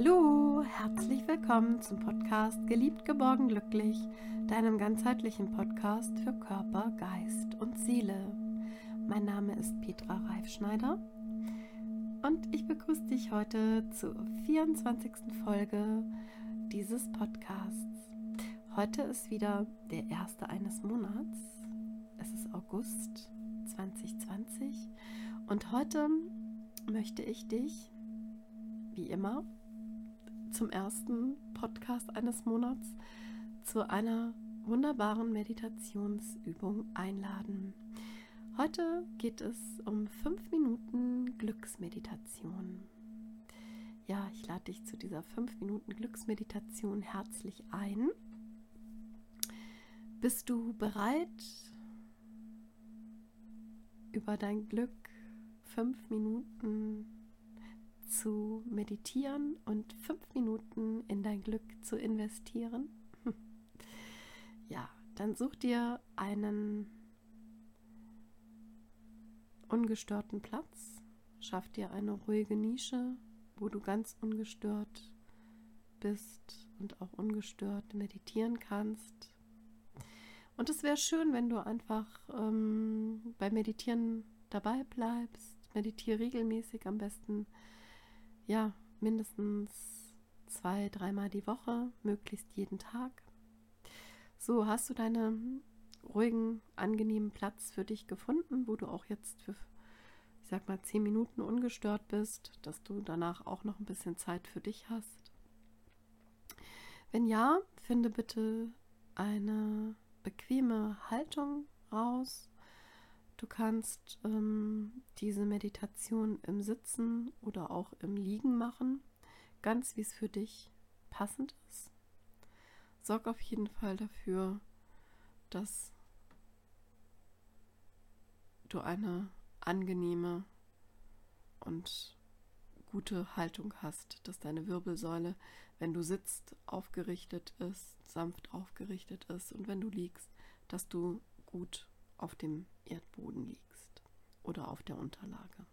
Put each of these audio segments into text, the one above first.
Hallo, herzlich willkommen zum Podcast Geliebt, geborgen, glücklich, deinem ganzheitlichen Podcast für Körper, Geist und Seele. Mein Name ist Petra Reifschneider und ich begrüße dich heute zur 24. Folge dieses Podcasts. Heute ist wieder der erste eines Monats. Es ist August 2020 und heute möchte ich dich, wie immer, zum ersten Podcast eines Monats zu einer wunderbaren Meditationsübung einladen. Heute geht es um 5 Minuten Glücksmeditation. Ja, ich lade dich zu dieser 5 Minuten Glücksmeditation herzlich ein. Bist du bereit, über dein Glück 5 Minuten zu meditieren und 5 Minuten in dein Glück zu investieren? Ja, dann such dir einen ungestörten Platz, schaff dir eine ruhige Nische, wo du ganz ungestört bist und auch ungestört meditieren kannst. Und es wäre schön, wenn du einfach beim Meditieren dabei bleibst. Meditiere regelmäßig, am besten mindestens 2-3 Mal die Woche, möglichst jeden Tag. So, hast du deinen ruhigen, angenehmen Platz für dich gefunden, wo du auch jetzt für, 10 Minuten ungestört bist, dass du danach auch noch ein bisschen Zeit für dich hast? Wenn ja, finde bitte eine bequeme Haltung raus. Du kannst diese Meditation im Sitzen oder auch im Liegen machen, ganz wie es für dich passend ist. Sorg auf jeden Fall dafür, dass du eine angenehme und gute Haltung hast, dass deine Wirbelsäule, wenn du sitzt, aufgerichtet ist, sanft aufgerichtet ist, und wenn du liegst, dass du gut auf dem Erdboden liegst oder auf der Unterlage.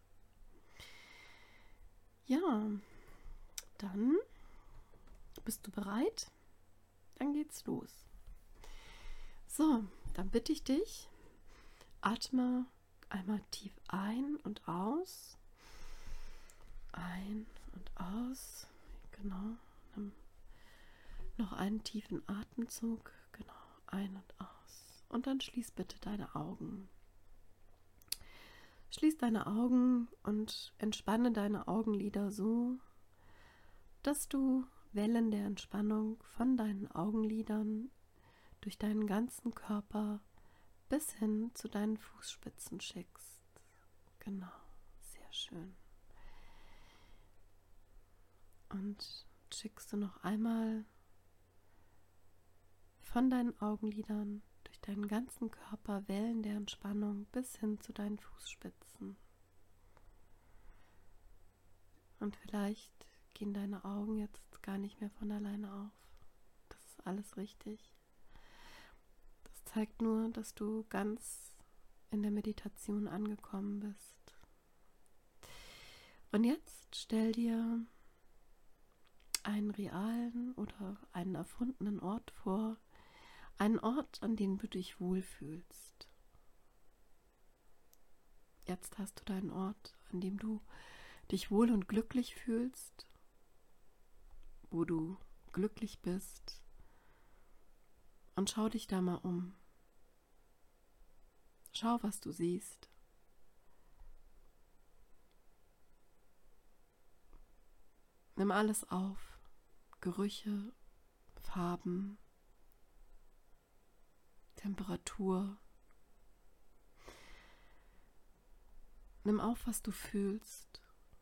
Ja, dann bist du bereit? Dann geht's los. So, dann bitte ich dich, atme einmal tief ein und aus. Ein und aus. Genau. Nimm noch einen tiefen Atemzug. Genau. Ein und aus. Und dann schließ bitte deine Augen. Schließ deine Augen und entspanne deine Augenlider so, dass du Wellen der Entspannung von deinen Augenlidern durch deinen ganzen Körper bis hin zu deinen Fußspitzen schickst. Genau, sehr schön. Und schickst du noch einmal von deinen Augenlidern durch deinen ganzen Körper Wellen der Entspannung bis hin zu deinen Fußspitzen. Und vielleicht gehen deine Augen jetzt gar nicht mehr von alleine auf. Das ist alles richtig. Das zeigt nur, dass du ganz in der Meditation angekommen bist. Und jetzt stell dir einen realen oder einen erfundenen Ort vor, einen Ort, an dem du dich wohlfühlst. Jetzt hast du deinen Ort, an dem du dich wohl und glücklich fühlst, wo du glücklich bist, und schau dich da mal um. Schau, was du siehst. Nimm alles auf. Gerüche, Farben, Temperatur. Nimm auf, was du fühlst,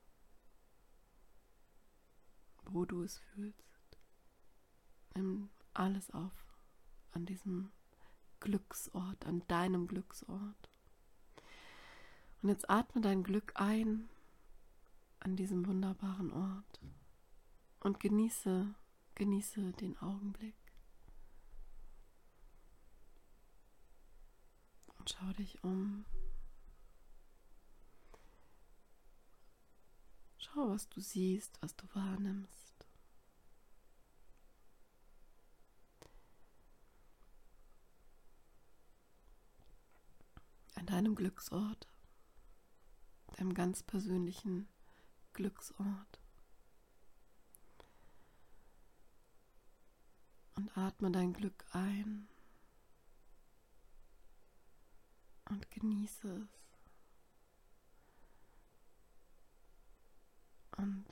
wo du es fühlst. Nimm alles auf an diesem Glücksort, an deinem Glücksort. Und jetzt atme dein Glück ein an diesem wunderbaren Ort und genieße den Augenblick. Und schau dich um. Schau, was du siehst, was du wahrnimmst. an deinem Glücksort, deinem ganz persönlichen Glücksort. Und atme dein Glück ein und genieße es. Und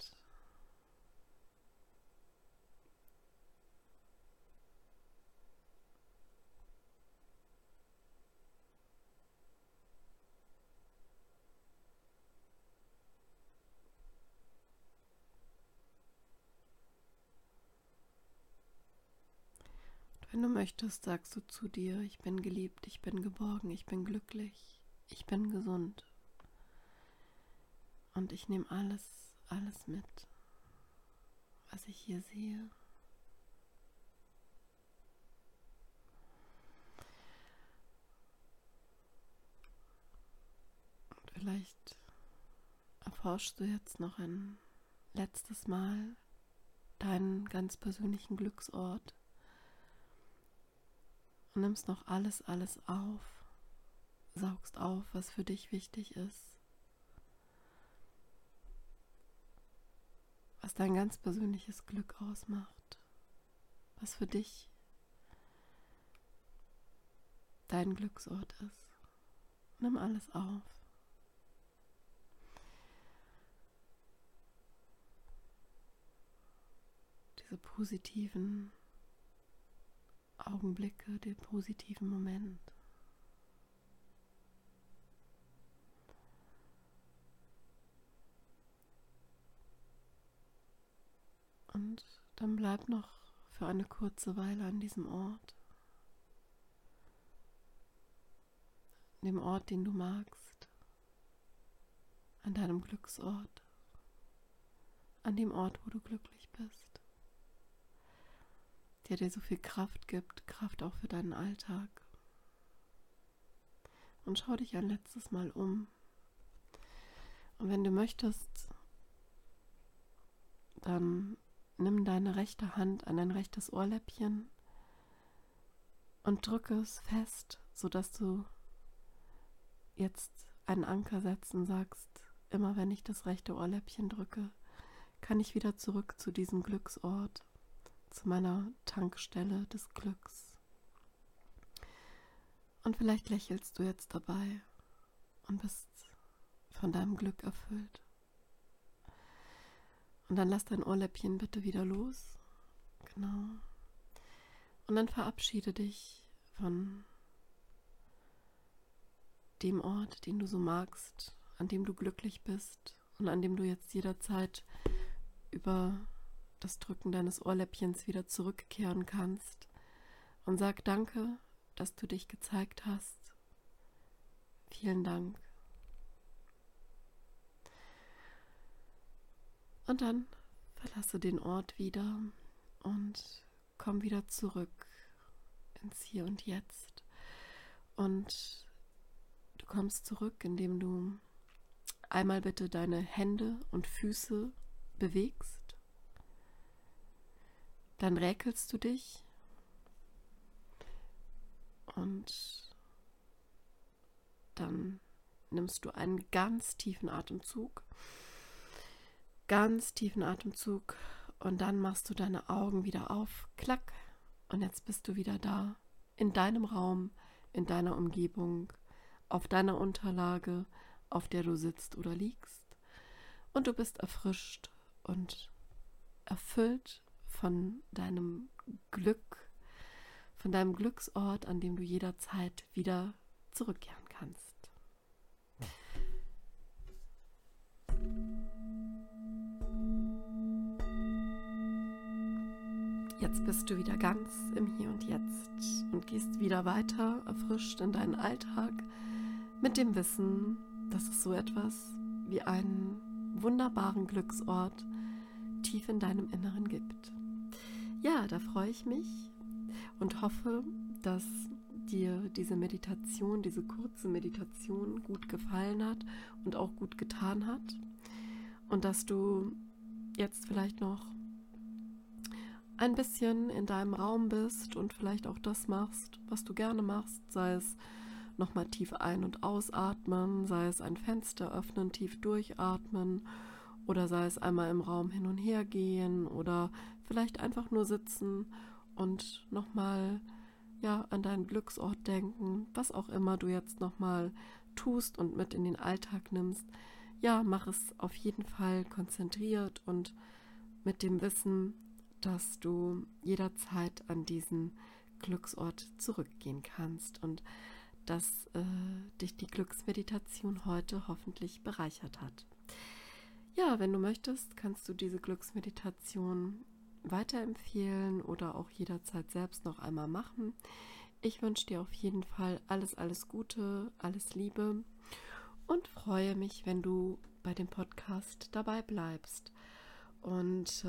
wenn du möchtest, sagst du zu dir, ich bin geliebt, ich bin geborgen, ich bin glücklich, ich bin gesund. Und ich nehme alles mit, was ich hier sehe. Und vielleicht erforschst du jetzt noch ein letztes Mal deinen ganz persönlichen Glücksort und nimmst noch alles auf, saugst auf, was für dich wichtig ist, was dein ganz persönliches Glück ausmacht, was für dich dein Glücksort ist. Nimm alles auf. Diese positiven Augenblicke, den positiven Moment. Und dann bleib noch für eine kurze Weile an diesem Ort. An dem Ort, den du magst. An deinem Glücksort. An dem Ort, wo du glücklich bist. Der dir so viel Kraft gibt, Kraft auch für deinen Alltag. Und schau dich ein letztes Mal um. Und wenn du möchtest, dann nimm deine rechte Hand an dein rechtes Ohrläppchen und drücke es fest, sodass du jetzt einen Anker setzt und sagst, immer wenn ich das rechte Ohrläppchen drücke, kann ich wieder zurück zu diesem Glücksort, zu meiner Tankstelle des Glücks. Und vielleicht lächelst du jetzt dabei und bist von deinem Glück erfüllt. Und dann lass dein Ohrläppchen bitte wieder los. Genau. Und dann verabschiede dich von dem Ort, den du so magst, an dem du glücklich bist und an dem du jetzt jederzeit über das Drücken deines Ohrläppchens wieder zurückkehren kannst. Und sag danke, dass du dich gezeigt hast. Vielen Dank. Und dann verlasse den Ort wieder und komm wieder zurück ins Hier und Jetzt. Und du kommst zurück, indem du einmal bitte deine Hände und Füße bewegst. Dann räkelst du dich und dann nimmst du einen ganz tiefen Atemzug. Und dann machst du deine Augen wieder auf, klack, und jetzt bist du wieder da, in deinem Raum, in deiner Umgebung, auf deiner Unterlage, auf der du sitzt oder liegst, und du bist erfrischt und erfüllt von deinem Glück, von deinem Glücksort, an dem du jederzeit wieder zurückkehren kannst. Jetzt bist du wieder ganz im Hier und Jetzt und gehst wieder weiter, erfrischt in deinen Alltag, mit dem Wissen, dass es so etwas wie einen wunderbaren Glücksort tief in deinem Inneren gibt. Ja, da freue ich mich und hoffe, dass dir diese Meditation, diese kurze Meditation gut gefallen hat und auch gut getan hat und dass du jetzt vielleicht noch ein bisschen in deinem Raum bist und vielleicht auch das machst, was du gerne machst, sei es nochmal tief ein- und ausatmen, sei es ein Fenster öffnen, tief durchatmen oder sei es einmal im Raum hin und her gehen oder vielleicht einfach nur sitzen und nochmal an deinen Glücksort denken, was auch immer du jetzt nochmal tust und mit in den Alltag nimmst. Ja, mach es auf jeden Fall konzentriert und mit dem Wissen, dass du jederzeit an diesen Glücksort zurückgehen kannst und dass dich die Glücksmeditation heute hoffentlich bereichert hat. Ja, wenn du möchtest, kannst du diese Glücksmeditation weiterempfehlen oder auch jederzeit selbst noch einmal machen. Ich wünsche dir auf jeden Fall alles Gute, alles Liebe und freue mich, wenn du bei dem Podcast dabei bleibst. Und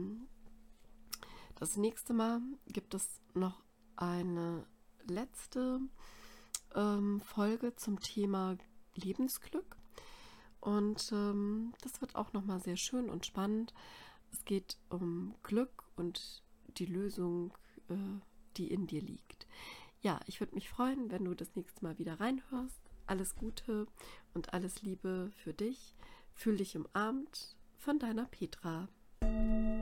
das nächste Mal gibt es noch eine letzte Folge zum Thema Lebensglück. Und das wird auch nochmal sehr schön und spannend. Es geht um Glück und die Lösung, die in dir liegt. Ja, ich würde mich freuen, wenn du das nächste Mal wieder reinhörst. Alles Gute und alles Liebe für dich. Fühl dich umarmt von deiner Petra.